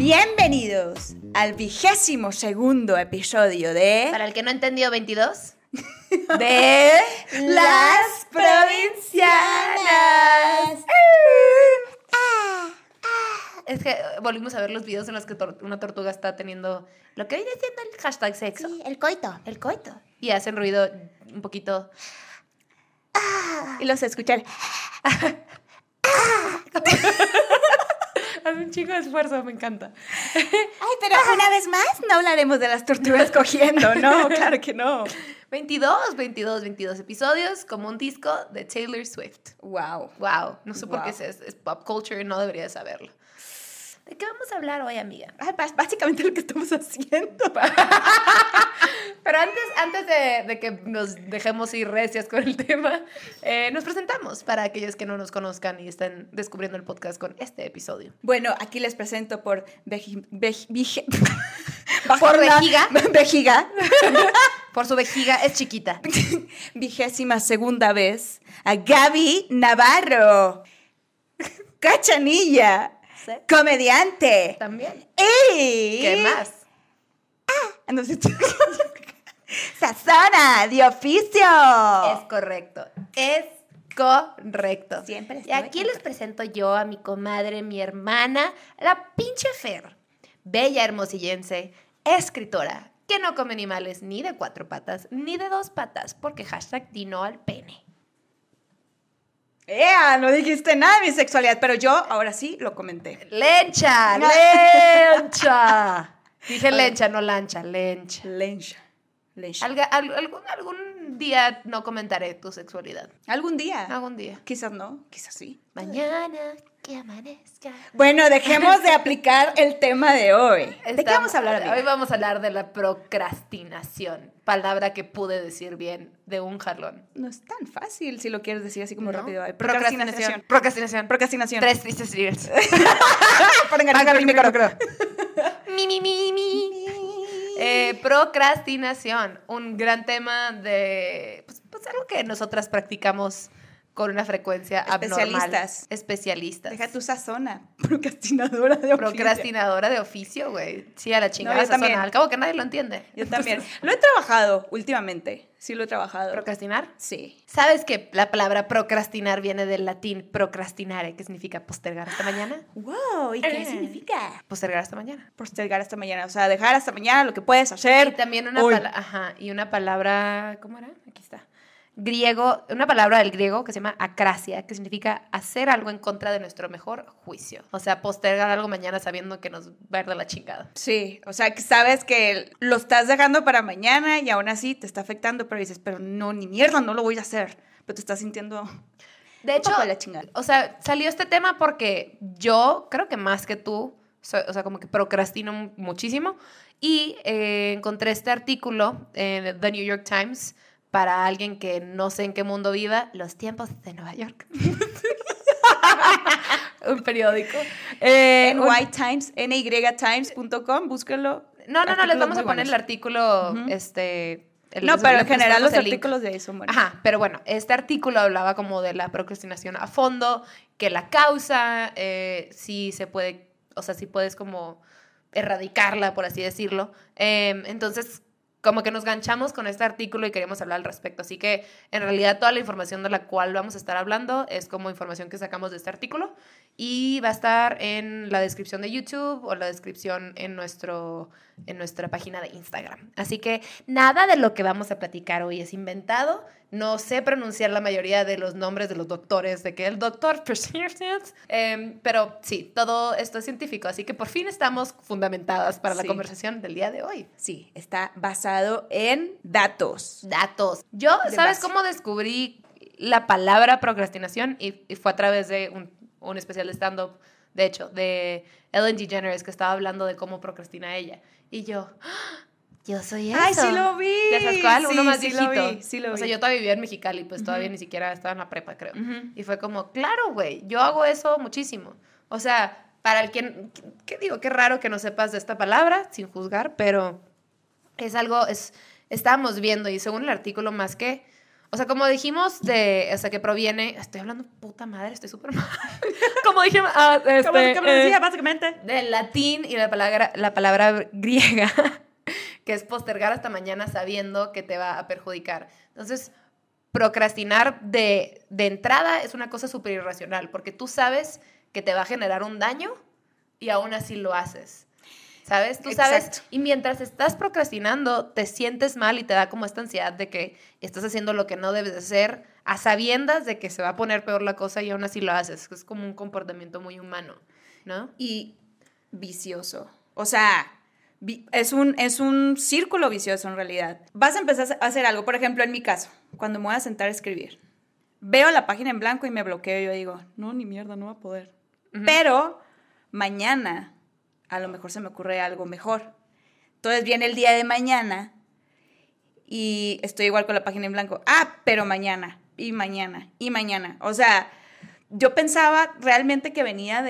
Bienvenidos al 22º episodio de... Para el que no entendió, 22. de Las Provincianas. Es que volvimos a ver los videos en los que una tortuga está teniendo lo que viene siendo el hashtag sexo. Sí, el coito. El coito. Y hacen ruido un poquito. Y los escuchan. Hace un chico de esfuerzo, me encanta. Ay, pero una vez más no hablaremos de las tortugas cogiendo, ¿no? Claro que no. 22 episodios, como un disco de Taylor Swift. Wow. Wow, no sé por qué Wow. es pop culture, no debería saberlo. ¿De qué vamos a hablar hoy, amiga? Ay, básicamente lo que estamos haciendo. Pero antes de que nos dejemos ir recias con el tema, nos presentamos para aquellos que no nos conozcan y estén descubriendo el podcast con este episodio. Bueno, aquí les presento por ¿Por bajona- vejiga? Vejiga. Por su vejiga, es chiquita. 22ª vez a Gaby Navarro. Cachanilla. ¿Sí? Comediante. También. Y... ¿Qué más? No sé. Sazona de oficio. Es correcto. Es correcto. Siempre Y estuve aquí les correcta. presento yo a mi comadre, mi hermana, la pinche Fer. Bella hermosillense, escritora, que no come animales ni de 4 patas ni de 2 patas, porque hashtag dino al pene. No dijiste nada de mi sexualidad, pero yo ahora sí lo comenté. ¡Lencha! No. ¡Lencha! Dije lencha, no lancha, lencha. Lencha. Algún día no comentaré tu sexualidad. ¿Algún día? Algún día. Quizás no, quizás sí. Mañana que amanezca. Bueno, dejemos de aplicar el tema de hoy. ¿De qué vamos a hablar, amiga? Hoy vamos a hablar de la procrastinación. Palabra que pude decir bien de un jalón. No es tan fácil si lo quieres decir así como ¿No? rápido. Ay, Procrastinación. Procrastinación. 3 tristes días. Agarra el micrófono. Mi. Procrastinación. Un gran tema de... Pues algo que nosotras practicamos con una frecuencia abnormal. Especialistas. Deja tu sazona. Procrastinadora de oficio. Procrastinadora de oficio, güey. Sí, a la chingada. No, yo sazona. también. Al cabo que nadie lo entiende. Yo también. Lo he trabajado últimamente. Sí lo he trabajado. ¿Procrastinar? Sí. ¿Sabes que la palabra procrastinar viene del latín procrastinare, que significa postergar hasta mañana? Wow, ¿y qué significa? Postergar hasta mañana. Postergar hasta mañana. O sea, dejar hasta mañana lo que puedes hacer. Y también una hoy. una palabra, ¿cómo era? Aquí está. Griego, una palabra del griego que se llama acrasia, que significa hacer algo en contra de nuestro mejor juicio. O sea, postergar algo mañana sabiendo que nos va a ir de la chingada. Sí, o sea, que sabes que lo estás dejando para mañana y aún así te está afectando, pero dices, pero no, ni mierda, no lo voy a hacer. Pero te estás sintiendo De un hecho, poco de la chingada. o sea, salió este tema porque yo creo que más que tú, o sea, como que procrastino muchísimo. Y encontré este artículo en The New York Times para alguien que no sé en qué mundo viva, Los tiempos de Nueva York. Un periódico. NYTimes, NYTimes.com, búsquenlo. No, les Artículos vamos muy a poner el buenos. artículo, No, les pero en general prestamos los el link. artículos de ahí son buenos. Ajá, pero bueno, este artículo hablaba como de la procrastinación a fondo, que la causa, sí se puede, o sea, sí puedes como erradicarla, por así decirlo. Entonces, como que nos ganchamos con este artículo y queríamos hablar al respecto. Así que, en realidad, toda la información de la cual vamos a estar hablando es como información que sacamos de este artículo y va a estar en la descripción de YouTube o la descripción en nuestra página de Instagram. Así que nada de lo que vamos a platicar hoy es inventado. No sé pronunciar la mayoría de los nombres de los doctores, de que el doctor, pero sí, todo esto es científico, así que por fin estamos fundamentadas para la Sí. conversación del día de hoy. Sí, está basado en datos. Datos. Yo, De ¿sabes base. cómo descubrí la palabra procrastinación? Y fue a través de un especial de stand-up, de hecho, de Ellen DeGeneres, que estaba hablando de cómo procrastina ella. Y yo... ¡ah! Yo soy eso. ¡Ay, sí lo vi! ¿Ya sabes cuál? Sí, Uno más sí viejito. lo vi, sí lo O sea, vi. yo todavía vivía en Mexicali, pues todavía ni siquiera estaba en la prepa, creo. Ujú. Y fue como, claro, güey, yo hago eso muchísimo. O sea, para el quien, ¿qué digo? Qué raro que no sepas de esta palabra, sin juzgar, pero es algo, estábamos viendo y según el artículo más que, O sea, como dijimos, o sea, que proviene, estoy hablando puta madre, estoy súper mal. Como dijimos, Como decía, básicamente. del latín y la palabra griega, que es postergar hasta mañana sabiendo que te va a perjudicar. Entonces, procrastinar de entrada es una cosa súper irracional, porque tú sabes que te va a generar un daño y aún así lo haces. ¿Sabes? Tú sabes. Exacto. Y mientras estás procrastinando, te sientes mal y te da como esta ansiedad de que estás haciendo lo que no debes de hacer a sabiendas de que se va a poner peor la cosa y aún así lo haces. Es como un comportamiento muy humano, ¿no? Y vicioso. O sea, es un círculo vicioso en realidad. Vas a empezar a hacer algo, por ejemplo, en mi caso, cuando me voy a sentar a escribir. Veo la página en blanco y me bloqueo y yo digo, no, ni mierda, no va a poder. Uh-huh. Pero mañana a lo mejor se me ocurre algo mejor. Entonces viene el día de mañana y estoy igual con la página en blanco. Pero mañana, y mañana, y mañana. O sea, yo pensaba realmente que venía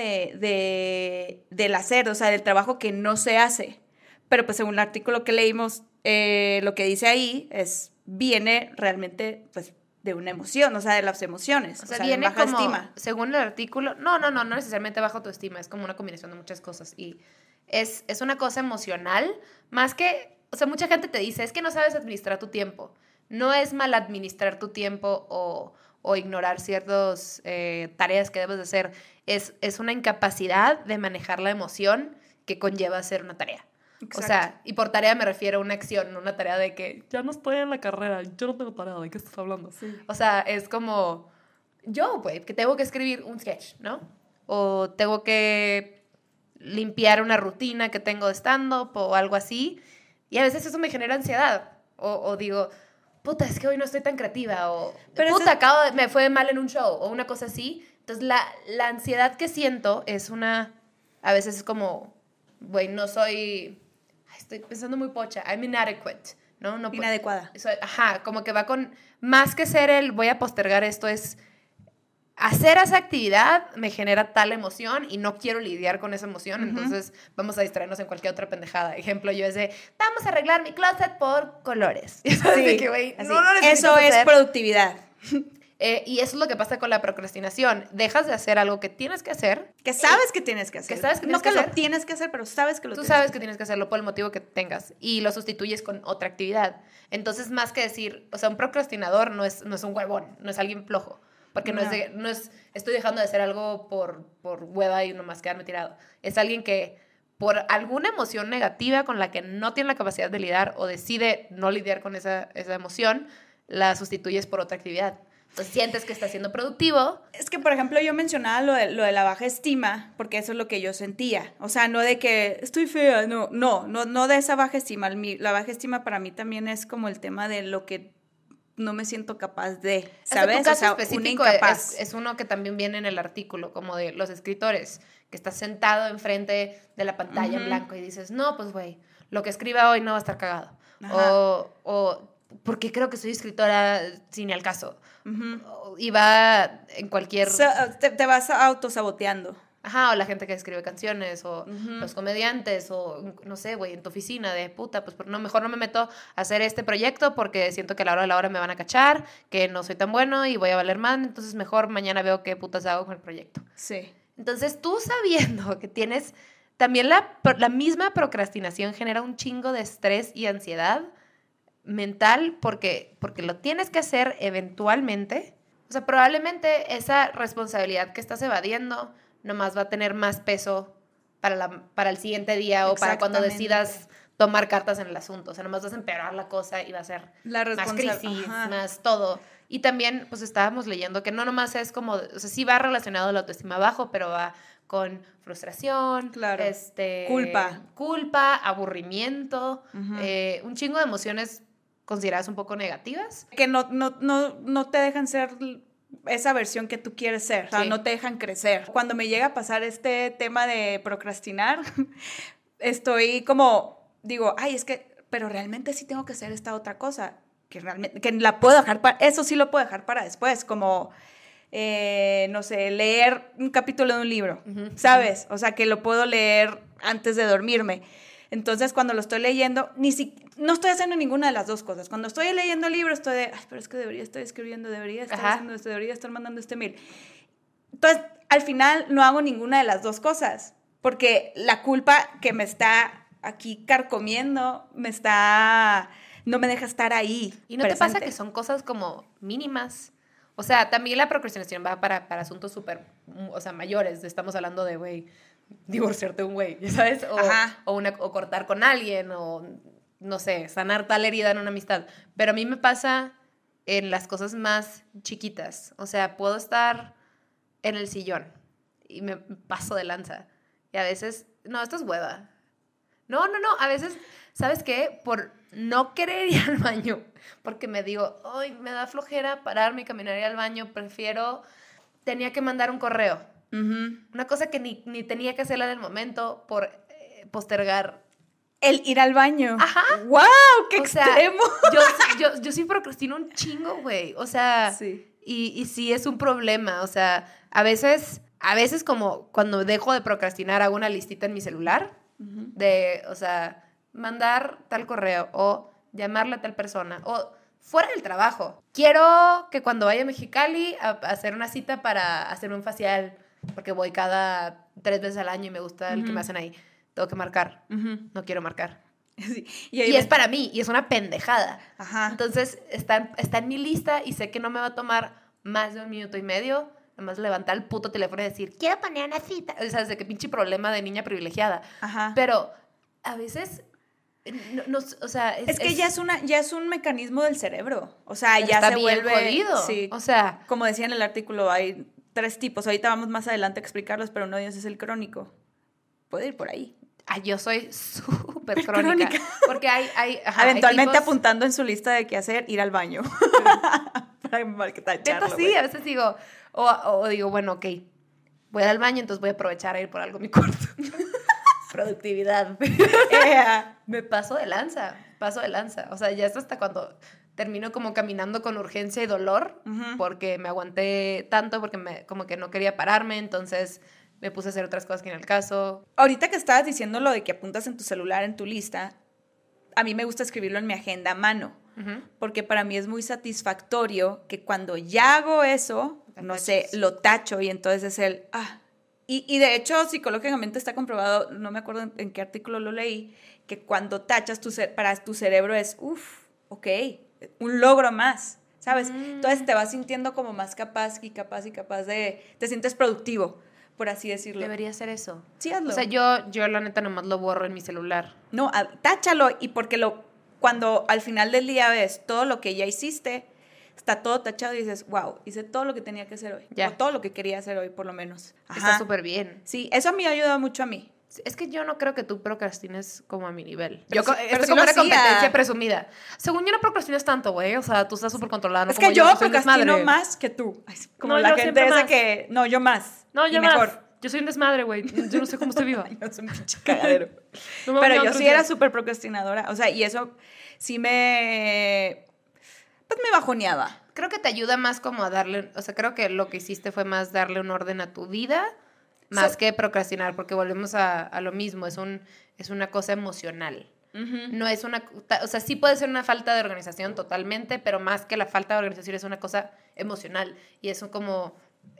del hacer, o sea, del trabajo que no se hace. Pero pues según el artículo que leímos, lo que dice ahí viene realmente, pues, de una emoción, o sea, de las emociones. O sea viene de baja como, estima. Según el artículo, no necesariamente baja autoestima, es como una combinación de muchas cosas. Y es una cosa emocional, más que, o sea, mucha gente te dice, es que no sabes administrar tu tiempo. No es mal administrar tu tiempo o ignorar ciertas tareas que debes de hacer. Es una incapacidad de manejar la emoción que conlleva hacer una tarea. Exacto. O sea, y por tarea me refiero a una acción, no una tarea de que ya no estoy en la carrera, yo no tengo tarea, ¿de qué estás hablando? Sí. O sea, es como yo, pues, que tengo que escribir un sketch, ¿no? O tengo que limpiar una rutina que tengo de stand-up o algo así. Y a veces eso me genera ansiedad. O digo, puta, es que hoy no estoy tan creativa. O, pero puta, me fue mal en un show. O una cosa así. Entonces, la ansiedad que siento es a veces es como, güey, no soy... Estoy pensando muy pocha. I'm inadequate, ¿no? Inadecuada. Como que va con... Más que ser voy a postergar esto, es... Hacer esa actividad me genera tal emoción y no quiero lidiar con esa emoción, entonces vamos a distraernos en cualquier otra pendejada. Ejemplo, yo es vamos a arreglar mi closet por colores. Sí, que, wey, eso es productividad. Y eso es lo que pasa con la procrastinación. Dejas de hacer algo que tienes que hacer. Que sabes que tienes que hacer. Que sabes que no que lo tienes que hacer, pero sabes que lo tienes que hacer. Tú sabes que tienes que hacerlo por el motivo que tengas y lo sustituyes con otra actividad. Entonces, más que decir, o sea, un procrastinador no es un huevón, no es alguien flojo. Porque no es estoy dejando de hacer algo por hueva y nomás quedarme tirado. Es alguien que por alguna emoción negativa con la que no tiene la capacidad de lidiar o decide no lidiar con esa emoción, la sustituyes por otra actividad. Entonces sientes que estás siendo productivo. Es que, por ejemplo, yo mencionaba lo de la baja estima, porque eso es lo que yo sentía. O sea, no de que estoy fea, no de esa baja estima. La baja estima para mí también es como el tema de lo que no me siento capaz de, ¿sabes? Tu caso específico es uno que también viene en el artículo, como de los escritores, que estás sentado enfrente de la pantalla en blanco y dices, no, pues güey, lo que escriba hoy no va a estar cagado. O porque creo que soy escritora sin al caso. Y va en cualquier... te vas autosaboteando. O la gente que escribe canciones, o los comediantes, o no sé, güey, en tu oficina de puta, pues mejor no me meto a hacer este proyecto porque siento que a la hora me van a cachar, que no soy tan bueno y voy a valer más, entonces mejor mañana veo qué putas hago con el proyecto. Sí. Entonces tú sabiendo que tienes... También la misma procrastinación genera un chingo de estrés y ansiedad mental porque lo tienes que hacer eventualmente. O sea, probablemente esa responsabilidad que estás evadiendo nomás va a tener más peso para el siguiente día o para cuando decidas tomar cartas en el asunto. O sea, nomás vas a empeorar la cosa y va a ser más crisis, más todo. Y también, pues, estábamos leyendo que no nomás es como... O sea, sí va relacionado a la autoestima bajo, pero va con frustración, claro. Culpa, aburrimiento, un chingo de emociones consideradas un poco negativas. Que no te dejan ser... esa versión que tú quieres ser, o sea, no te dejan crecer. Cuando me llega a pasar este tema de procrastinar, estoy como, digo, es que, pero realmente sí tengo que hacer esta otra cosa, que la puedo dejar eso sí lo puedo dejar para después, como, no sé, leer un capítulo de un libro, ¿sabes? O sea, que lo puedo leer antes de dormirme. Entonces, cuando lo estoy leyendo, no estoy haciendo ninguna de las dos cosas. Cuando estoy leyendo el libro, estoy de, ay, pero es que debería estar escribiendo, debería estar haciendo esto, debería estar mandando este mail. Entonces, al final, no hago ninguna de las dos cosas, porque la culpa que me está aquí carcomiendo, no me deja estar ahí. ¿Y no presente? ¿Te pasa que son cosas como mínimas? O sea, también la procrastinación va para asuntos súper, o sea, mayores. Estamos hablando de, güey, divorciarte de un güey, ¿sabes? O cortar con alguien, o, no sé, sanar tal herida en una amistad. Pero a mí me pasa en las cosas más chiquitas. O sea, puedo estar en el sillón y me paso de lanza. Y a veces, no, esto es hueva. No, a veces, ¿sabes qué? Por no querer ir al baño, porque me digo, ay, me da flojera pararme y caminar al baño, tenía que mandar un correo. Uh-huh. Una cosa que ni tenía que hacerla en el momento por postergar. El ir al baño. Ajá. ¡Wow! ¡Qué extremo! Yo sí procrastino un chingo, güey. O sea, sí. Y sí es un problema. O sea, a veces como cuando dejo de procrastinar hago una listita en mi celular de, o sea, mandar tal correo o llamarle a tal persona o fuera del trabajo. Quiero que cuando vaya a Mexicali a hacer una cita para hacerme un facial, porque voy cada 3 veces al año y me gusta el que me hacen ahí. Tengo que marcar. No quiero marcar. Sí. Y es para mí, y es una pendejada. Ajá. Entonces, está en mi lista y sé que no me va a tomar más de 1 minuto y medio. Nada más levantar el puto teléfono y decir, quiero poner una cita. O sea, de qué pinche problema de niña privilegiada. Ajá. Pero a veces, no, o sea... Es que ya es un mecanismo del cerebro. O sea, ya está se bien vuelve... jodido. Sí. O sea... Como decía en el artículo, hay 3 tipos. Ahorita vamos más adelante a explicarlos, pero uno de ellos es el crónico. Puede ir por ahí. Yo soy súper crónica. Porque hay eventualmente hay tipos... apuntando en su lista de qué hacer, ir al baño. Para tacharlo. Neta, sí, a veces digo... O digo, bueno, ok, voy al baño, entonces voy a aprovechar a ir por algo a mi cuarto. Productividad. Me paso de lanza. O sea, ya es hasta cuando termino como caminando con urgencia y dolor, porque me aguanté tanto, porque como que no quería pararme, entonces me puse a hacer otras cosas que en el caso. Ahorita que estabas diciendo lo de que apuntas en tu celular, en tu lista, a mí me gusta escribirlo en mi agenda a mano, porque para mí es muy satisfactorio que cuando ya hago eso, no sé, lo tacho y entonces es el... Y de hecho, psicológicamente está comprobado, no me acuerdo en qué artículo lo leí, que cuando tachas para tu cerebro es, ok, un logro más, ¿sabes? Entonces te vas sintiendo como más capaz de... Te sientes productivo, por así decirlo. Debería hacer eso. Sí, hazlo. O sea, yo la neta nomás lo borro en mi celular. No, táchalo y porque cuando al final del día ves todo lo que ya hiciste, está todo tachado y dices, wow, hice todo lo que tenía que hacer hoy. Ya. O todo lo que quería hacer hoy, por lo menos. Está súper bien. Sí, eso a mí ayuda mucho a mí. Es que yo no creo que tú procrastines como a mi nivel. Pero es como una competencia presumida. Según yo no procrastinas tanto, güey. O sea, tú estás súper controlado. Es que yo procrastino más que tú. Ay, como la gente esa que... No, yo más. No, yo mejor. Más. Yo soy un desmadre, güey. Yo no sé cómo estoy viva. Yo soy un pinche cagadero. Pero yo sí era súper procrastinadora. O sea, y eso sí me bajoneaba. Creo que te ayuda más como a darle... O sea, creo que lo que hiciste fue más darle un orden a tu vida, más que procrastinar, porque volvemos a lo mismo. Es una cosa emocional. No es una... O sea, sí puede ser una falta de organización totalmente, pero más que la falta de organización es una cosa emocional. Y eso como...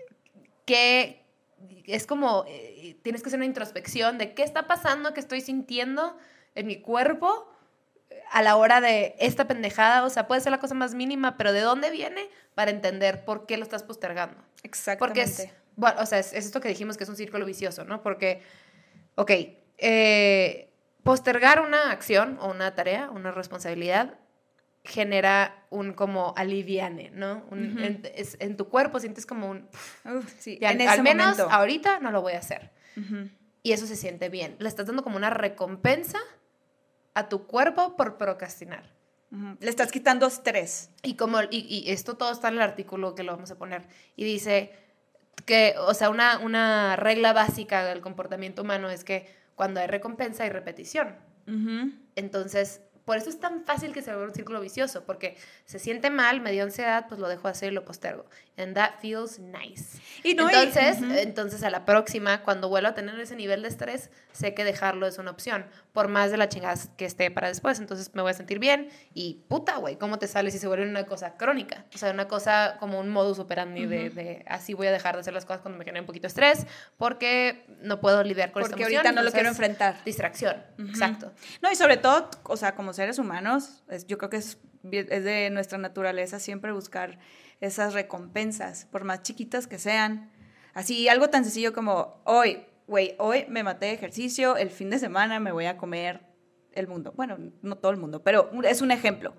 Es como, tienes que hacer una introspección de qué está pasando, qué estoy sintiendo en mi cuerpo a la hora de esta pendejada. O sea, puede ser la cosa más mínima, pero ¿de dónde viene? Para entender por qué lo estás postergando. Exactamente. Porque o sea, es esto que dijimos que es un círculo vicioso, ¿no? Porque, ok, postergar una acción o una tarea, una responsabilidad, genera un como aliviane, ¿no? En tu cuerpo sientes como un... sí, ya, en ese al menos momento. ahorita no lo voy a hacer. Y eso se siente bien. Le estás dando como una recompensa a tu cuerpo por procrastinar. Le estás quitando estrés. Y esto todo está en el artículo que lo vamos a poner. Y dice que, o sea, una regla básica del comportamiento humano es que cuando hay recompensa hay repetición. Entonces... por eso es tan fácil que se vuelva un círculo vicioso, porque se siente mal, me dio ansiedad, pues lo dejo de hacer y lo postergo. And that feels nice. Y no, entonces a la próxima, cuando vuelva a tener ese nivel de estrés, sé que dejarlo es una opción, por más de la chingada que esté para después. Entonces me voy a sentir bien y puta, güey, ¿cómo te sales si se vuelve una cosa crónica? O sea, una cosa como un modus operandi de así voy a dejar de hacer las cosas cuando me genere un poquito de estrés, porque no puedo lidiar con esta emoción. Porque ahorita no lo quiero enfrentar. Distracción, exacto. No, y sobre todo, o sea, como seres humanos, yo creo que es de nuestra naturaleza siempre buscar esas recompensas, por más chiquitas que sean. Así, algo tan sencillo como, hoy me maté de ejercicio, el fin de semana me voy a comer el mundo. Bueno, no todo el mundo, pero es un ejemplo.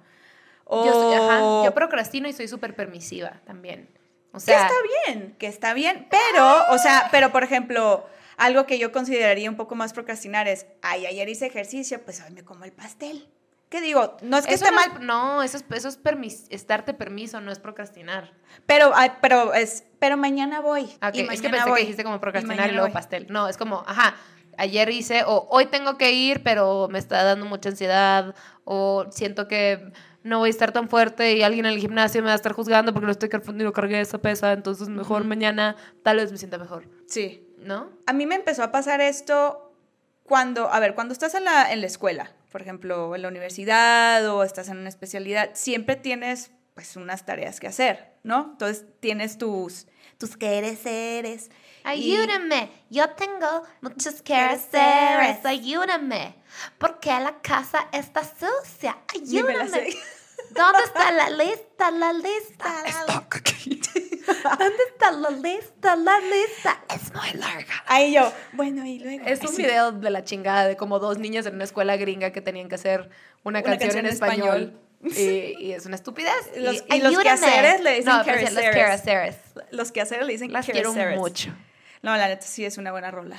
Yo procrastino y soy súper permisiva también. O sea, que está bien, pero por ejemplo, algo que yo consideraría un poco más procrastinar es, ayer hice ejercicio, pues hoy me como el pastel. ¿Qué digo? No es que esté mal. No, eso es darte permiso, no es procrastinar. Pero mañana voy. Okay, es que pensé que dijiste como procrastinar y luego pastel. No, es como, ayer hice, o hoy tengo que ir, pero me está dando mucha ansiedad, o siento que no voy a estar tan fuerte y alguien en el gimnasio me va a estar juzgando porque no cargué esa pesa, entonces mejor mañana tal vez me sienta mejor. Sí. ¿No? A mí me empezó a pasar esto cuando estás en la escuela, por ejemplo, en la universidad o estás en una especialidad, siempre tienes pues unas tareas que hacer, ¿no? Entonces tienes tus quehaceres. Ayúdame, yo tengo muchos quehaceres, ayúdame, porque la casa está sucia, ayúdame. ¿Dónde está la lista? Está aquí. ¿Dónde está la lista? Es muy larga. Ahí yo, bueno, y luego. Es un video de la chingada de como dos niñas en una escuela gringa que tenían que hacer una canción en español. Y es una estupidez. Los quehaceres le dicen quehaceres. Los quehaceres le dicen las quiero mucho. No, la neta sí es una buena rola.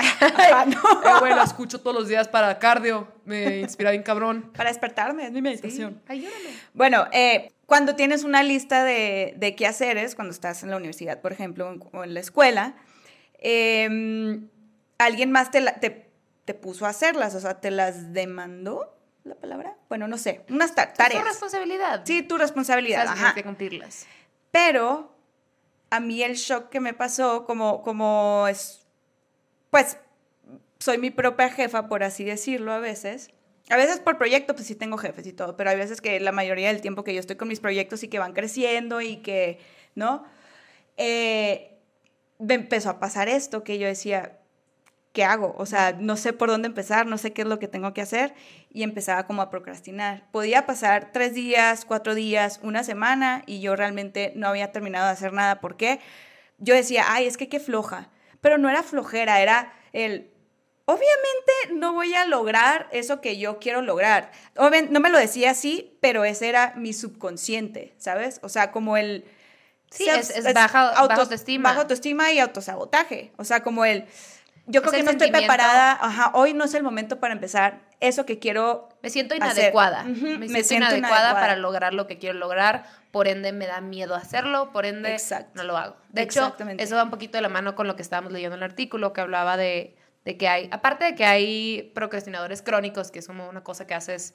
Bueno, escucho todos los días para cardio. Me inspira bien cabrón. Para despertarme, es mi meditación. Sí, ayúdame. Bueno, cuando tienes una lista de quehaceres, cuando estás en la universidad, por ejemplo, o en la escuela, alguien más te puso a hacerlas, o sea, te las demandó. ¿La palabra? Bueno, no sé, unas tareas. Es tu responsabilidad. Sí, tu responsabilidad. Tienes que cumplirlas. Pero a mí el shock que me pasó, como es, pues, soy mi propia jefa, por así decirlo, a veces por proyecto, pues sí tengo jefes y todo, pero hay veces que la mayoría del tiempo que yo estoy con mis proyectos y que van creciendo y que, ¿no? Me empezó a pasar esto, que yo decía, ¿qué hago? O sea, no sé por dónde empezar, no sé qué es lo que tengo que hacer, y empezaba como a procrastinar. Podía pasar 3 días, 4 días, una semana, y yo realmente no había terminado de hacer nada. ¿Por qué? Yo decía, es que qué floja. Pero no era flojera, era obviamente no voy a lograr eso que yo quiero lograr. No me lo decía así, pero ese era mi subconsciente, ¿sabes? O sea, como el... Sí, es baja autoestima. Baja autoestima y autosabotaje. O sea, como yo creo que no estoy preparada, hoy no es el momento para empezar eso que quiero Me siento inadecuada. Uh-huh. Me siento inadecuada para lograr lo que quiero lograr, por ende me da miedo hacerlo, por ende no lo hago. De hecho, eso va un poquito de la mano con lo que estábamos leyendo en el artículo, que hablaba de que hay, aparte de que hay procrastinadores crónicos, que es como una cosa que haces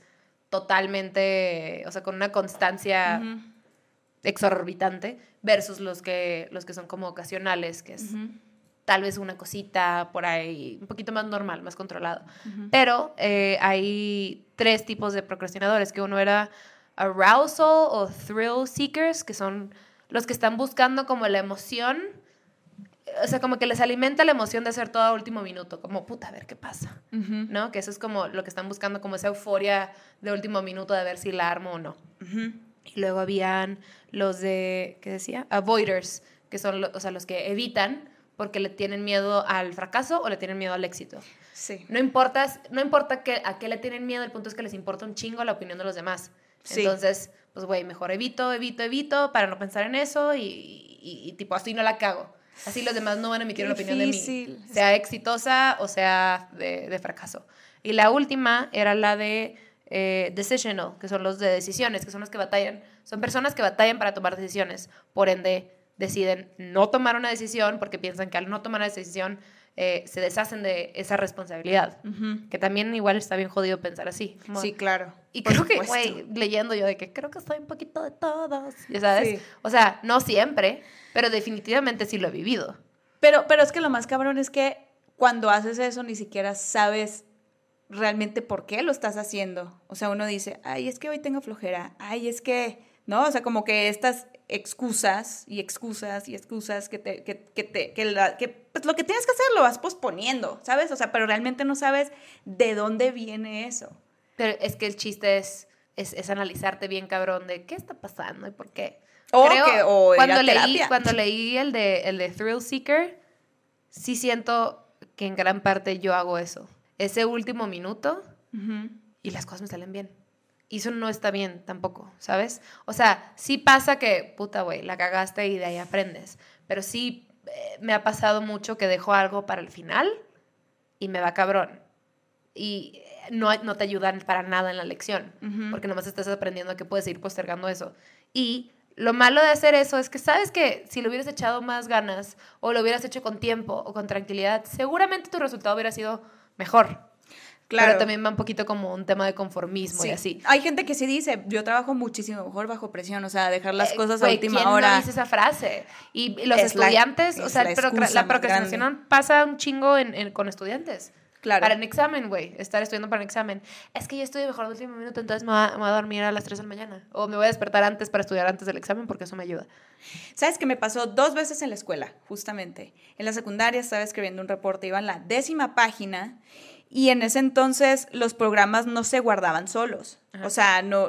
totalmente, o sea, con una constancia exorbitante, versus los que son como ocasionales, que es... tal vez una cosita por ahí, un poquito más normal, más controlado. Pero hay 3 tipos de procrastinadores, que uno era arousal o thrill seekers, que son los que están buscando como la emoción, o sea, como que les alimenta la emoción de hacer todo a último minuto, como, puta, a ver qué pasa, ¿no? Que eso es como lo que están buscando, como esa euforia de último minuto de ver si la armo o no. Y luego habían los de, ¿qué decía? Avoiders, que son los que evitan porque le tienen miedo al fracaso o le tienen miedo al éxito. Sí. No importa a qué le tienen miedo, el punto es que les importa un chingo la opinión de los demás. Sí. Entonces, pues, güey, mejor evito para no pensar en eso y tipo, así no la cago. Así los demás no van a emitir una opinión de mí, sea exitosa o sea de fracaso. Y la última era la de decisional, que son los de decisiones, que son los que batallan. Son personas que batallan para tomar decisiones, por ende deciden no tomar una decisión porque piensan que al no tomar una decisión se deshacen de esa responsabilidad. Que también igual está bien jodido pensar así. Como, sí, claro. y creo que, güey, leyendo yo de que creo que soy un poquito de todos, ya sabes. Sí. O sea, no siempre, pero definitivamente sí lo he vivido. Pero es que lo más cabrón es que cuando haces eso ni siquiera sabes realmente por qué lo estás haciendo. O sea, uno dice, ay, es que hoy tengo flojera. Ay, es que, ¿no? O sea, como que estas excusas que pues lo que tienes que hacer lo vas posponiendo, ¿sabes? O sea, pero realmente no sabes de dónde viene eso. Pero es que el chiste es analizarte bien, cabrón, de qué está pasando y por qué. O cuando leí el de Thrill Seeker, sí siento que en gran parte yo hago eso. Ese último minuto y las cosas me salen bien. Y eso no está bien tampoco, ¿sabes? O sea, sí pasa que, puta, güey, la cagaste y de ahí aprendes. Pero sí me ha pasado mucho que dejo algo para el final y me va cabrón. Y no te ayudan para nada en la lección, porque nomás estás aprendiendo que puedes ir postergando eso. Y lo malo de hacer eso es que sabes que si lo hubieras echado más ganas o lo hubieras hecho con tiempo o con tranquilidad, seguramente tu resultado hubiera sido mejor. Claro. Pero también va un poquito como un tema de conformismo, sí, y así. Hay gente que sí dice, yo trabajo muchísimo mejor bajo presión, o sea, dejar las cosas a última hora. ¿Quién no dice esa frase? Y los estudiantes, o sea, la procrastinación pasa un chingo con estudiantes. Claro. Para un examen, güey, estar estudiando para un examen. Es que yo estudio mejor el último minuto, entonces me voy a dormir a las 3 de la mañana. O me voy a despertar antes para estudiar antes del examen porque eso me ayuda. ¿Sabes qué me pasó 2 veces en la escuela, justamente? En la secundaria estaba escribiendo un reporte, iba en la 10ª página y en ese entonces los programas no se guardaban solos. Ajá. O sea, no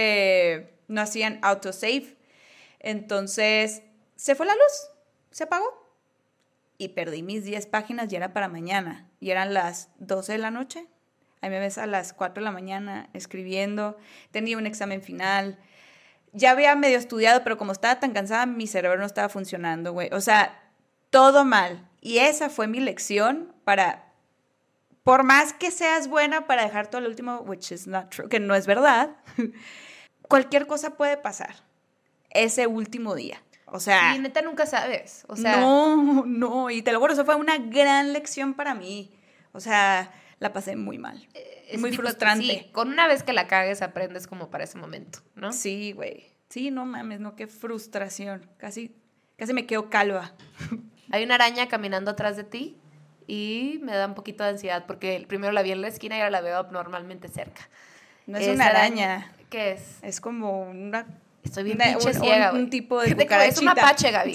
hacían autosave. Entonces, se fue la luz, se apagó. Y perdí mis 10 páginas y era para mañana. Y eran las 12 de la noche. Ahí me ves a las 4 de la mañana escribiendo. Tenía un examen final. Ya había medio estudiado, pero como estaba tan cansada, mi cerebro no estaba funcionando, güey. O sea, todo mal. Y esa fue mi lección para... Por más que seas buena para dejar todo el último, which is not true, que no es verdad, cualquier cosa puede pasar ese último día. O sea... Y neta nunca sabes. O sea, no. Y te lo juro, eso fue una gran lección para mí. O sea, la pasé muy mal. Es muy frustrante. Sí, con una vez que la cagues aprendes como para ese momento, ¿no? Sí, güey. Sí, no mames, no, qué frustración. Casi me quedo calva. Hay una araña caminando atrás de ti y me da un poquito de ansiedad porque primero la vi en la esquina y ahora la veo normalmente cerca. No es una araña. ¿Qué es? Es como una... Estoy bien pinche ciega, güey. Un tipo de cucarachita. Es un mapache, Gaby.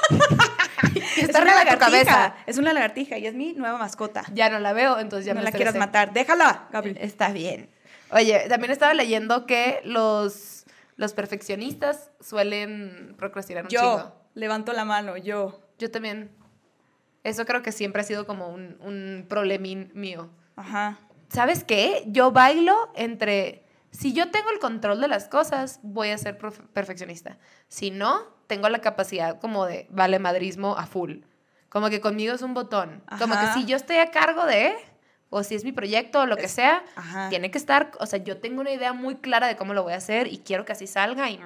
Está arriba de tu cabeza. Es una lagartija y es mi nueva mascota. Ya no la veo, entonces ya no me la quieras matar. Déjala, Gaby. Está bien. Oye, también estaba leyendo que los perfeccionistas suelen procrastinar un chingo. Yo levanto la mano, yo. Yo también. Eso creo que siempre ha sido como un problemín mío. Ajá. ¿Sabes qué? Yo bailo entre... Si yo tengo el control de las cosas, voy a ser perfeccionista. Si no, tengo la capacidad como de valemadrismo a full. Como que conmigo es un botón. Ajá. Como que si yo estoy a cargo de, o si es mi proyecto o lo que sea, ajá, tiene que estar, o sea, yo tengo una idea muy clara de cómo lo voy a hacer y quiero que así salga y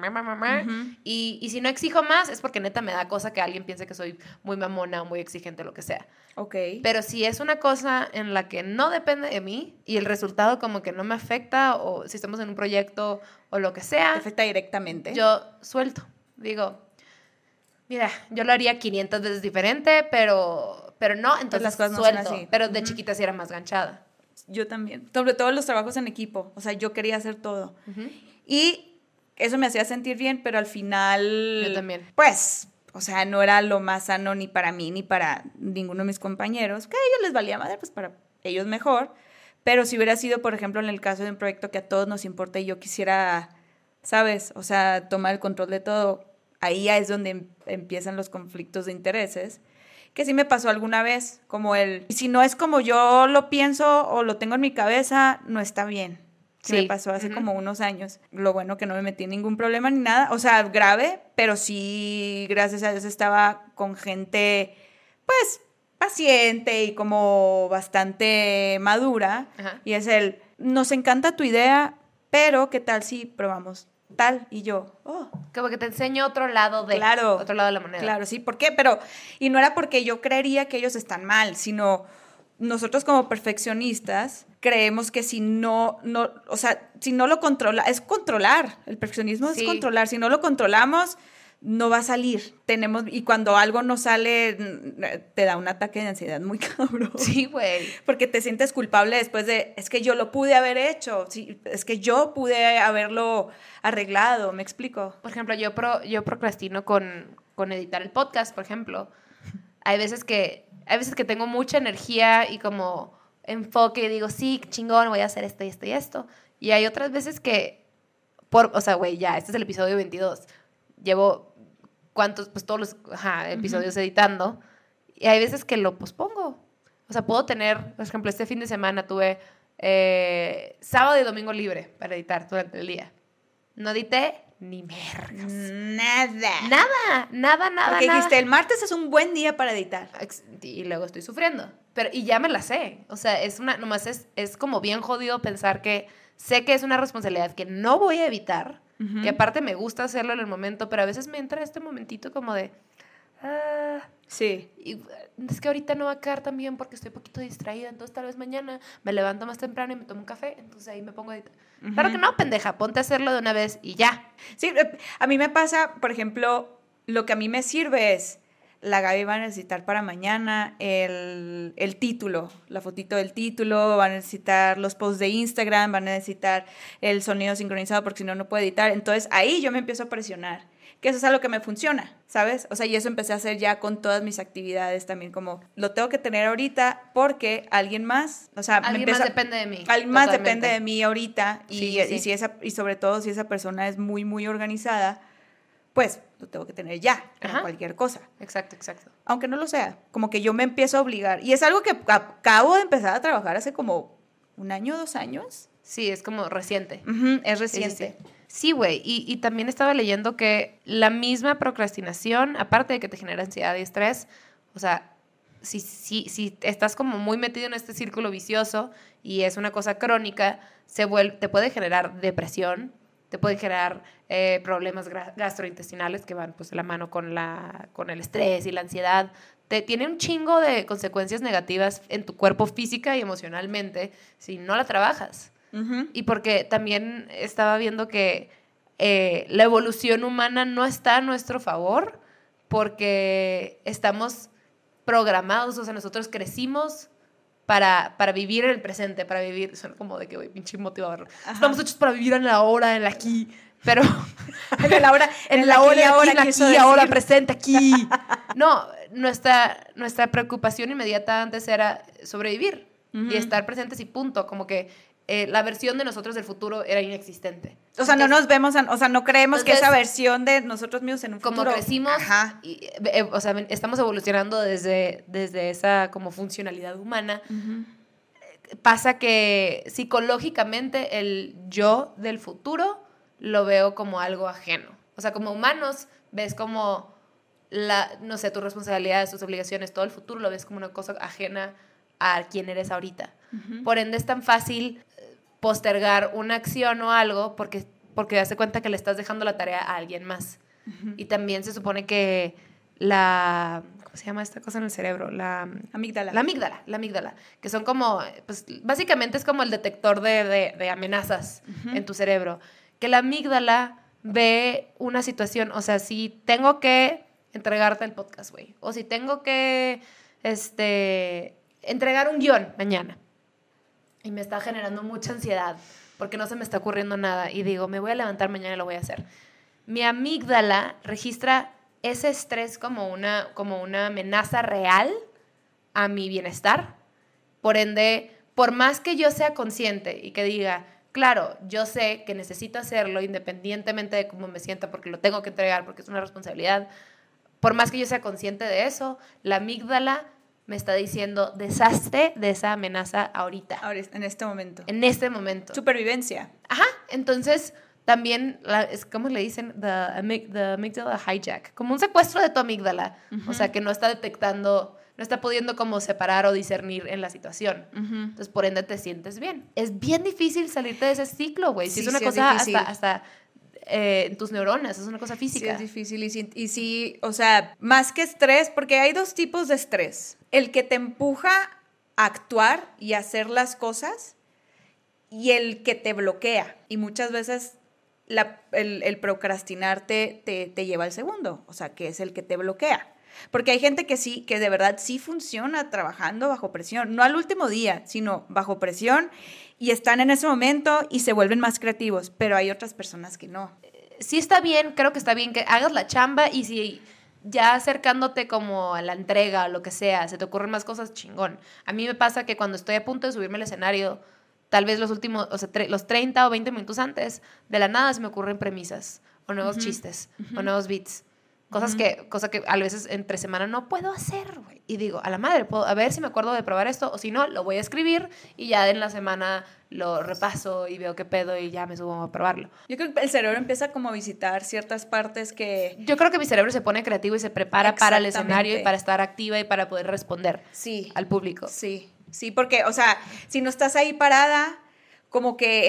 y si no exijo más es porque neta me da cosa que alguien piense que soy muy mamona o muy exigente o lo que sea. Okay. Pero si es una cosa en la que no depende de mí y el resultado como que no me afecta o si estamos en un proyecto o lo que sea. Te afecta directamente. Yo suelto. Digo, mira, yo lo haría 500 veces diferente, pero no, entonces las cosas no suelto. son así. Pero de chiquita sí era más ganchada. Yo también. Sobre todo los trabajos en equipo. O sea, yo quería hacer todo. Y eso me hacía sentir bien, pero al final... Yo también. Pues... O sea, no era lo más sano ni para mí ni para ninguno de mis compañeros, que a ellos les valía madre, pues para ellos mejor. Pero si hubiera sido, por ejemplo, en el caso de un proyecto que a todos nos importa y yo quisiera, ¿sabes? O sea, tomar el control de todo, ahí ya es donde empiezan los conflictos de intereses, que sí me pasó alguna vez, como si no es como yo lo pienso o lo tengo en mi cabeza, no está bien. Sí, me pasó hace como unos años. Lo bueno que no me metí en ningún problema ni nada. O sea, grave, pero sí, gracias a Dios, estaba con gente, pues, paciente y como bastante madura. Ajá. Y es nos encanta tu idea, pero ¿qué tal si probamos tal, y yo, oh. Como que te enseño otro lado de la moneda. Claro, sí, ¿por qué? Pero, y no era porque yo creería que ellos están mal, sino nosotros como perfeccionistas creemos que si no, o sea, si no lo controla, es controlar, el perfeccionismo es controlar, si no lo controlamos, no va a salir. Y cuando algo no sale, te da un ataque de ansiedad muy cabrón. Sí, güey. Porque te sientes culpable después de, es que yo lo pude haber hecho, sí, es que yo pude haberlo arreglado, ¿me explico? Por ejemplo, yo procrastino con editar el podcast, por ejemplo. Hay veces que tengo mucha energía y como enfoque y digo, sí, chingón, voy a hacer esto y esto y esto. Y hay otras veces que, o sea, güey, ya, este es el episodio 22. Llevo, ¿cuántos? Pues todos los episodios editando. Y hay veces que lo pospongo. O sea, puedo tener, por ejemplo, este fin de semana tuve sábado y domingo libre para editar durante el día. No edité ni mergas. Nada. Porque dijiste, el martes es un buen día para editar. Y luego estoy sufriendo. Y ya me la sé. O sea, nomás es como bien jodido pensar que sé que es una responsabilidad que no voy a evitar, que aparte me gusta hacerlo en el momento, pero a veces me entra este momentito como de... sí. Y es que ahorita no va a quedar tan bien porque estoy un poquito distraída, entonces tal vez mañana me levanto más temprano y me tomo un café, entonces ahí me pongo a editar. Claro que no, pendeja, ponte a hacerlo de una vez y ya. Sí, a mí me pasa, por ejemplo, lo que a mí me sirve es, la Gaby va a necesitar para mañana el título, la fotito del título, va a necesitar los posts de Instagram, va a necesitar el sonido sincronizado porque si no, no puede editar. Entonces ahí yo me empiezo a presionar, que eso es algo que me funciona, ¿sabes? O sea, y eso empecé a hacer ya con todas mis actividades también, como lo tengo que tener ahorita porque alguien más, o sea, alguien más depende de mí. Alguien más depende de mí ahorita Sí. y sobre todo si esa persona es muy, muy organizada, pues lo tengo que tener ya, como cualquier cosa. Exacto. Aunque no lo sea, como que yo me empiezo a obligar. Y es algo que acabo de empezar a trabajar hace como 1 año, 2 años. Sí, es como reciente. Es reciente. Sí, güey. Y también estaba leyendo que la misma procrastinación, aparte de que te genera ansiedad y estrés, o sea, si estás como muy metido en este círculo vicioso y es una cosa crónica, te puede generar depresión, te puede generar problemas gastrointestinales que van pues de la mano con el estrés y la ansiedad. Tiene un chingo de consecuencias negativas en tu cuerpo física y emocionalmente si no la trabajas. Y porque también estaba viendo que la evolución humana no está a nuestro favor porque estamos programados, o sea, nosotros crecimos para vivir en el presente, para vivir, son como de que, güey, pinche motivador. Estamos hechos para vivir en la hora, en la aquí, pero... en la hora, en la hora, aquí, ahora, presente, aquí. No, nuestra preocupación inmediata antes era sobrevivir y estar presentes y punto, como que la versión de nosotros del futuro era inexistente. O sea, no nos vemos, o sea, no creemos que esa versión de nosotros mismos en un futuro... Como crecimos, o sea, estamos evolucionando desde esa como funcionalidad humana. Pasa que psicológicamente el yo del futuro lo veo como algo ajeno. O sea, como humanos ves como, no sé, tus responsabilidades, tus obligaciones, todo el futuro lo ves como una cosa ajena a quién eres ahorita. Por ende es tan fácil postergar una acción o algo porque te das cuenta que le estás dejando la tarea a alguien más. Y también se supone que ¿cómo se llama esta cosa en el cerebro? La amígdala. La amígdala, que son como, pues básicamente es como el detector de amenazas en tu cerebro. Que la amígdala ve una situación, o sea, si tengo que entregarte el podcast, güey, o si tengo que entregar un guión mañana y me está generando mucha ansiedad porque no se me está ocurriendo nada y digo, me voy a levantar mañana y lo voy a hacer. Mi amígdala registra ese estrés como una amenaza real a mi bienestar. Por ende, por más que yo sea consciente y que diga, claro, yo sé que necesito hacerlo independientemente de cómo me sienta porque lo tengo que entregar, porque es una responsabilidad, por más que yo sea consciente de eso, la amígdala me está diciendo, deshazte de esa amenaza ahorita. Ahora, en este momento. En este momento. Supervivencia. Ajá, entonces también, ¿cómo le dicen? The amygdala hijack. Como un secuestro de tu amígdala. O sea, que no está detectando, no está pudiendo como separar o discernir en la situación. Entonces, por ende, te sientes bien. Es bien difícil salirte de ese ciclo, güey. Si es una cosa hasta en tus neuronas, es una cosa física. Sí, es difícil y sí, o sea, más que estrés, porque hay dos tipos de estrés. El que te empuja a actuar y hacer las cosas y el que te bloquea. Y muchas veces el procrastinar te lleva al segundo, o sea, que es el que te bloquea. Porque hay gente que sí, que de verdad sí funciona trabajando bajo presión, no al último día, sino bajo presión y están en ese momento y se vuelven más creativos, pero hay otras personas que no. Sí está bien, creo que está bien que hagas la chamba y si ya acercándote como a la entrega o lo que sea, se te ocurren más cosas, chingón. A mí me pasa que cuando estoy a punto de subirme al escenario, tal vez los últimos, o sea, los 30 o 20 minutos antes, de la nada se me ocurren premisas o nuevos chistes o nuevos beats. Cosa que a veces entre semana no puedo hacer, güey. Y digo, a la madre, a ver si me acuerdo de probar esto, o si no, lo voy a escribir y ya en la semana lo repaso y veo qué pedo y ya me subo a probarlo. Yo creo que el cerebro empieza como a visitar ciertas partes que... Yo creo que mi cerebro se pone creativo y se prepara para el escenario y para estar activa y para poder responder al público. Sí, sí, porque, o sea, si no estás ahí parada, como que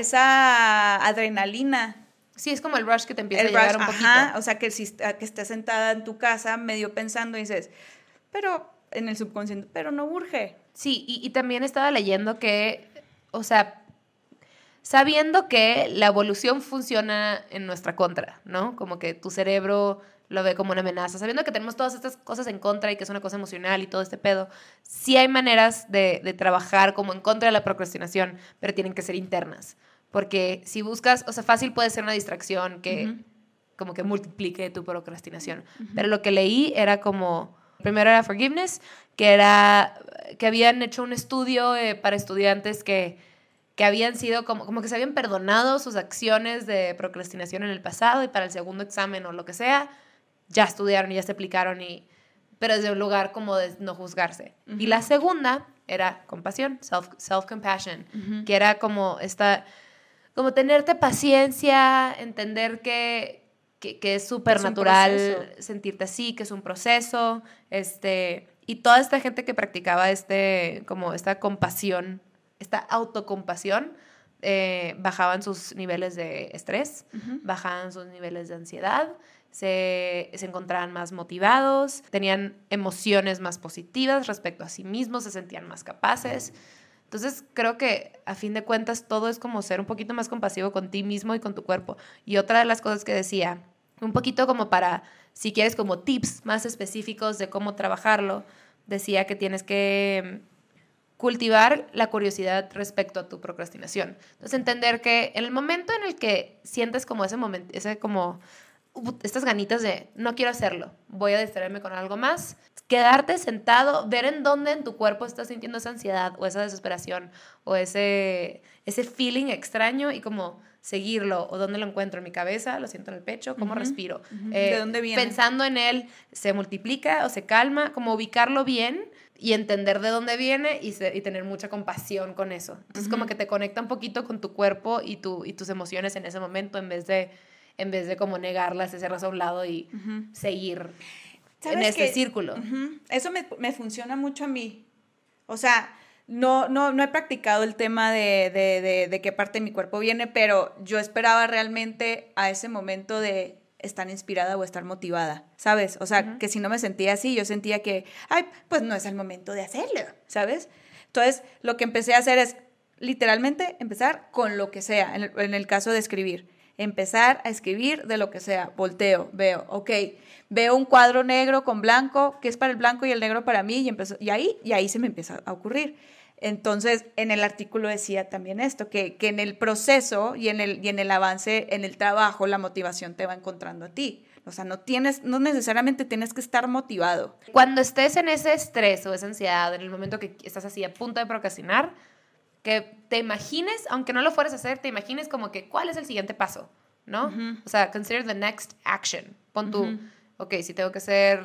esa adrenalina... Sí, es como el rush que te empieza a llegar un poquito. Ajá, o sea, que estés sentada en tu casa medio pensando y dices, pero en el subconsciente, pero no urge. Sí, y también estaba leyendo que, o sea, sabiendo que la evolución funciona en nuestra contra, ¿no? Como que tu cerebro lo ve como una amenaza, sabiendo que tenemos todas estas cosas en contra y que es una cosa emocional y todo este pedo, sí hay maneras de trabajar como en contra de la procrastinación, pero tienen que ser internas. Porque si buscas, o sea, fácil puede ser una distracción que como que multiplique tu procrastinación. Pero lo que leí era como, primero era Forgiveness, que habían hecho un estudio para estudiantes que habían sido como que se habían perdonado sus acciones de procrastinación en el pasado y para el segundo examen o lo que sea, ya estudiaron y ya se aplicaron, pero desde un lugar como de no juzgarse. Y la segunda era compasión, self-compassion, que era como como tenerte paciencia, entender que es súper natural sentirte así, que es un proceso, y toda esta gente que practicaba como esta compasión, esta autocompasión, bajaban sus niveles de estrés, bajaban sus niveles de ansiedad, se encontraban más motivados, tenían emociones más positivas respecto a sí mismos, se sentían más capaces. Entonces, creo que a fin de cuentas todo es como ser un poquito más compasivo con ti mismo y con tu cuerpo. Y otra de las cosas que decía, un poquito como para, si quieres como tips más específicos de cómo trabajarlo, decía que tienes que cultivar la curiosidad respecto a tu procrastinación. Entonces, entender que en el momento en el que sientes como ese momento, estas ganitas de no quiero hacerlo, voy a distraerme con algo más, quedarte sentado, ver en dónde en tu cuerpo estás sintiendo esa ansiedad o esa desesperación o ese feeling extraño y como seguirlo, o dónde lo encuentro, en mi cabeza, lo siento en el pecho, cómo respiro. ¿De dónde viene? Pensando en él, se multiplica o se calma, como ubicarlo bien y entender de dónde viene y tener mucha compasión con eso. Entonces como que te conecta un poquito con tu cuerpo y tus emociones en ese momento en vez de como negarlas, hacerlas a un lado y seguir en este círculo. Eso me funciona mucho a mí. O sea, no he practicado el tema de qué parte de mi cuerpo viene, pero yo esperaba realmente a ese momento de estar inspirada o estar motivada, ¿sabes? O sea, que si no me sentía así, yo sentía que, ay, pues no es el momento de hacerlo, ¿sabes? Entonces, lo que empecé a hacer es literalmente empezar con lo que sea, en el caso de escribir. Empezar a escribir de lo que sea, volteo, veo, veo un cuadro negro con blanco, que es para el blanco y el negro para mí, y ahí se me empieza a ocurrir. Entonces, en el artículo decía también esto, que en el proceso y en el avance, en el trabajo, la motivación te va encontrando a ti. O sea, no necesariamente tienes que estar motivado. Cuando estés en ese estrés o esa ansiedad, en el momento que estás así a punto de procrastinar, que te imagines, aunque no lo fueras a hacer, te imagines como que cuál es el siguiente paso, ¿no? O sea, consider the next action. Pon tú, si tengo que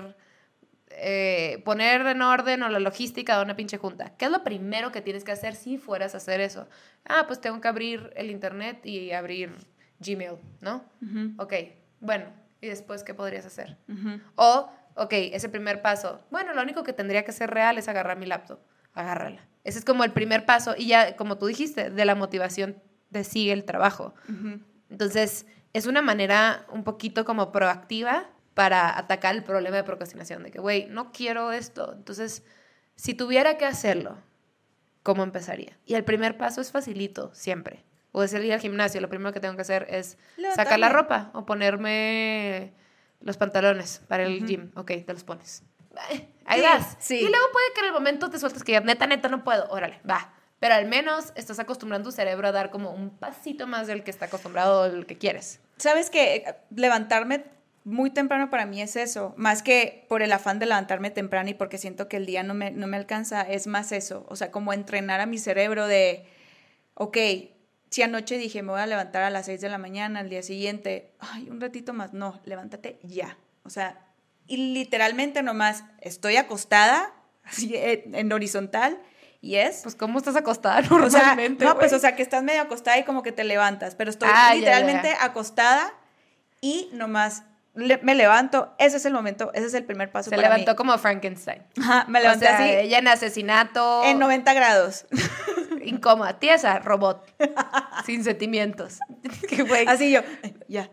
poner en orden o la logística de una pinche junta. ¿Qué es lo primero que tienes que hacer si fueras a hacer eso? Pues tengo que abrir el internet y abrir Gmail, ¿no? Bueno, ¿y después qué podrías hacer? O, ese primer paso, bueno, lo único que tendría que ser real es agarrar mi laptop. Agárrala. Ese es como el primer paso y ya, como tú dijiste, de la motivación te sigue el trabajo. Entonces, es una manera un poquito como proactiva para atacar el problema de procrastinación, de que, güey, no quiero esto. Entonces, si tuviera que hacerlo, ¿cómo empezaría? Y el primer paso es facilito, siempre. O es el ir al gimnasio, lo primero que tengo que hacer es sacar la ropa o ponerme los pantalones para el gym. Ok, te los pones. Ahí vas. Sí. Y luego puede que en el momento te sueltes que ya, neta, no puedo. Órale, va. Pero al menos estás acostumbrando tu cerebro a dar como un pasito más del que está acostumbrado o del que quieres. ¿Sabes qué? Levantarme muy temprano para mí es eso. Más que por el afán de levantarme temprano y porque siento que el día no me alcanza, es más eso. O sea, como entrenar a mi cerebro de, ok, si anoche dije me voy a levantar a las 6 de la mañana, al día siguiente, ay, un ratito más. No, levántate ya. O sea, y literalmente nomás estoy acostada, así en horizontal, y es... Pues, ¿cómo estás acostada normalmente? O sea, no, pues, o sea, que estás medio acostada y como que te levantas, pero estoy literalmente acostada y nomás me levanto. Ese es el momento, ese es el primer paso para mí. Se levantó como Frankenstein. Ajá, me levanté así. Ella en asesinato. En 90 grados. Incómoda, tiesa, robot. Sin sentimientos. Qué güey. Así yo, ya.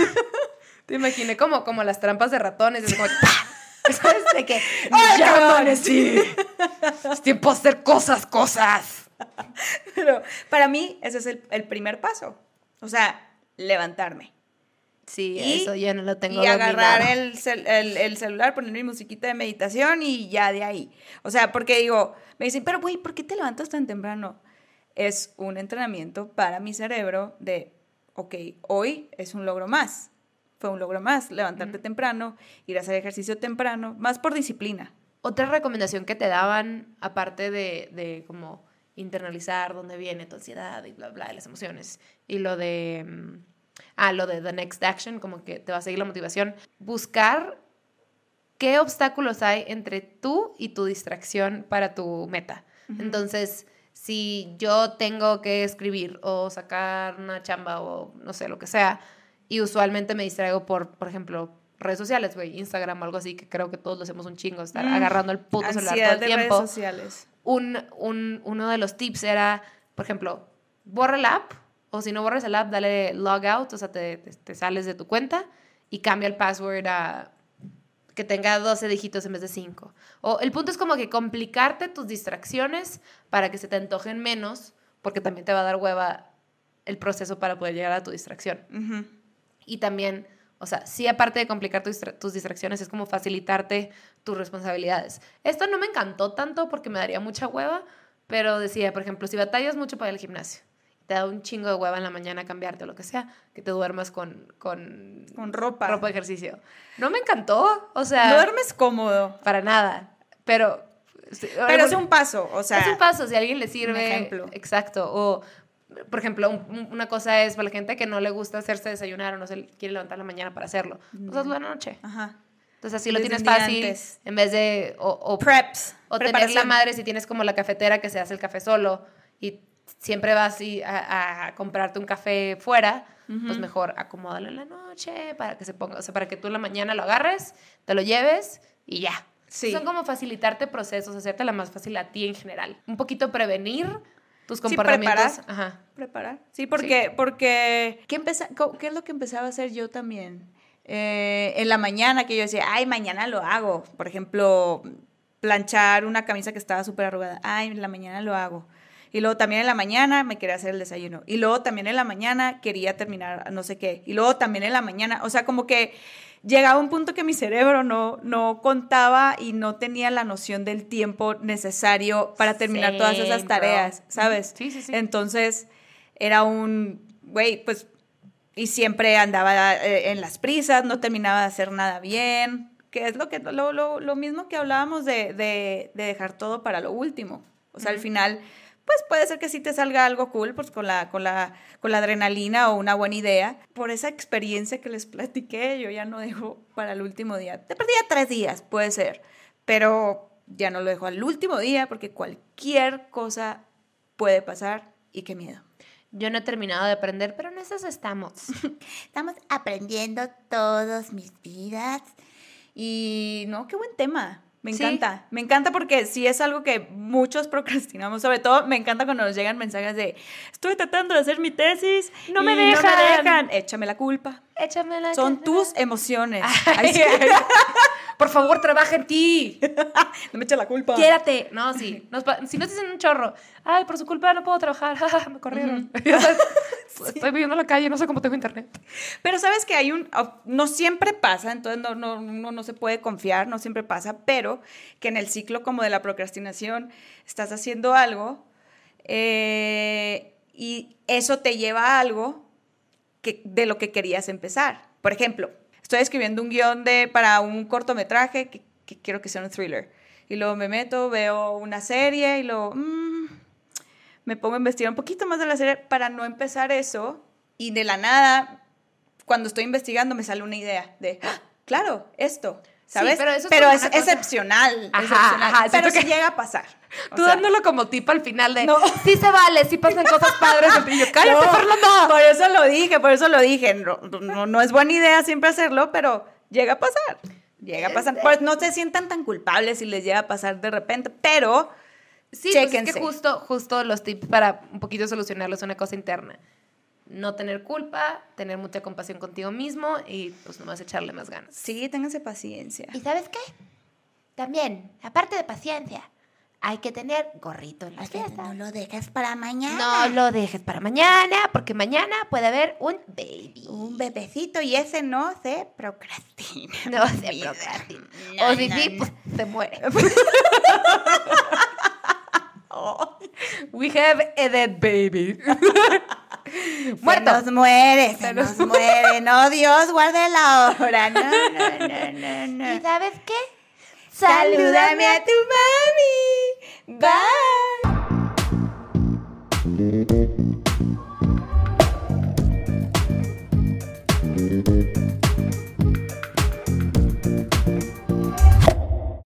Te imaginé como las trampas de ratones. Es como, ¿sabes? De que, ¡ay, ya amanecí! Es tiempo de hacer cosas. Pero para mí ese es el primer paso. O sea, levantarme. Sí, eso ya no lo tengo Y agarrar dominado. el celular, poner mi musiquita de meditación y ya de ahí. O sea, porque digo, me dicen, pero güey, ¿por qué te levantas tan temprano? Es un entrenamiento para mi cerebro de, ok, hoy es un logro más. Fue un logro más, levantarte temprano, ir a hacer ejercicio temprano, más por disciplina. Otra recomendación que te daban, aparte de como internalizar dónde viene tu ansiedad y bla, bla, y las emociones, y lo de The Next Action, como que te va a seguir la motivación, buscar qué obstáculos hay entre tú y tu distracción para tu meta. Entonces, si yo tengo que escribir o sacar una chamba o no sé, lo que sea, y usualmente me distraigo por ejemplo, redes sociales, güey, Instagram o algo así, que creo que todos lo hacemos un chingo, estar agarrando el puto celular todo el tiempo. Redes sociales. Uno de los tips era, por ejemplo, borra el app, o si no borras el app, dale log out, o sea, te sales de tu cuenta y cambia el password a que tenga 12 dígitos en vez de 5. O el punto es como que complicarte tus distracciones para que se te antojen menos, porque también te va a dar hueva el proceso para poder llegar a tu distracción. Uh-huh. Y también, o sea, sí, aparte de complicar tus distracciones, es como facilitarte tus responsabilidades. Esto no me encantó tanto porque me daría mucha hueva, pero decía, por ejemplo, si batallas mucho para ir al gimnasio, te da un chingo de hueva en la mañana cambiarte o lo que sea, que te duermas con ropa de ejercicio. No me encantó, o sea... No duermes cómodo. Para nada, pero es un paso, o sea... Es un paso, si a alguien le sirve... Un ejemplo. Exacto, o... Por ejemplo, una cosa es para la gente que no le gusta hacerse desayunar o no se quiere levantar en la mañana para hacerlo. Pues hazlo en la noche. Ajá. Entonces así lo tienes fácil antes. En vez de... O preps. O tener la madre si tienes como la cafetera que se hace el café solo y siempre vas a comprarte un café fuera, pues mejor acomódalo en la noche para que se ponga, o sea, para que tú en la mañana lo agarres, te lo lleves y ya. Sí. Son como facilitarte procesos, hacerte la más fácil a ti en general. Un poquito prevenir tus comportamientos. Sí, preparar. Sí, porque ¿qué es lo que empezaba a hacer yo también? En la mañana, que yo decía, ay, mañana lo hago. Por ejemplo, planchar una camisa que estaba súper arrugada. Ay, en la mañana lo hago. Y luego también en la mañana me quería hacer el desayuno. Y luego también en la mañana quería terminar no sé qué. Y luego también en la mañana, o sea, como que llegaba un punto que mi cerebro no contaba y no tenía la noción del tiempo necesario para terminar todas esas tareas, ¿sabes? Sí. Entonces, era güey, pues, y siempre andaba en las prisas, no terminaba de hacer nada bien, que es lo mismo que hablábamos de dejar todo para lo último. O sea, al final... pues puede ser que sí te salga algo cool, pues con la adrenalina o una buena idea. Por esa experiencia que les platiqué, yo ya no dejo para el último día. Te perdía 3 días, puede ser, pero ya no lo dejo al último día porque cualquier cosa puede pasar y qué miedo. Yo no he terminado de aprender, pero en esas estamos. Estamos aprendiendo todas mis vidas. Y no, qué buen tema. Me Sí. encanta. Me encanta porque sí es algo que muchos procrastinamos. Sobre todo, me encanta cuando nos llegan mensajes de estoy tratando de hacer mi tesis. No me y no me dejan. dejan. Échame la culpa. Échamela. Son tus emociones. Ay, Ay, sí. por favor, trabaja en ti. No me eche la culpa. Quiérate. No, sí. Si no estás en un chorro. Ay, por su culpa no puedo trabajar. Me corrieron. Ya sabes, estoy viviendo en la calle, no sé cómo tengo internet. Pero sabes que no siempre pasa, entonces no se puede confiar, no siempre pasa, pero que en el ciclo como de la procrastinación estás haciendo algo y eso te lleva a algo de lo que querías empezar. Por ejemplo, estoy escribiendo un guión para un cortometraje que quiero que sea un thriller. Y luego me meto, veo una serie y luego me pongo a investigar un poquito más de la serie para no empezar eso. Y de la nada, cuando estoy investigando, me sale una idea de, claro, esto, ¿sabes? Sí, pero eso es pero como es una cosa- excepcional. Ajá, excepcional. ajá, pero siento sí que- llega a pasar. O Tú sea, dándolo como tip al final de, No. sí se vale, sí pasan cosas padres. Y yo, cállate, no, Fernanda. Por eso lo dije. No es buena idea siempre hacerlo, pero llega a pasar. Llega a pasar. Pues no se sientan tan culpables si les llega a pasar de repente, pero Sí, pues es chéquense. que justo los tips para un poquito solucionarlo es una cosa interna. No tener culpa, tener mucha compasión contigo mismo y pues nomás echarle más ganas. Sí, ténganse paciencia. ¿Y sabes qué? También, aparte de paciencia, hay que tener gorrito en la fiesta. No lo dejes para mañana. No lo dejes para mañana, porque mañana puede haber un baby. Un bebecito y ese no se procrastina. No se procrastina. No, O si no, sí, no. pues se muere. We have a dead baby. Muerto. Se nos muere. No, Dios, guarde la hora. No. ¿Y sabes qué? Salúdame a tu mami. Bye.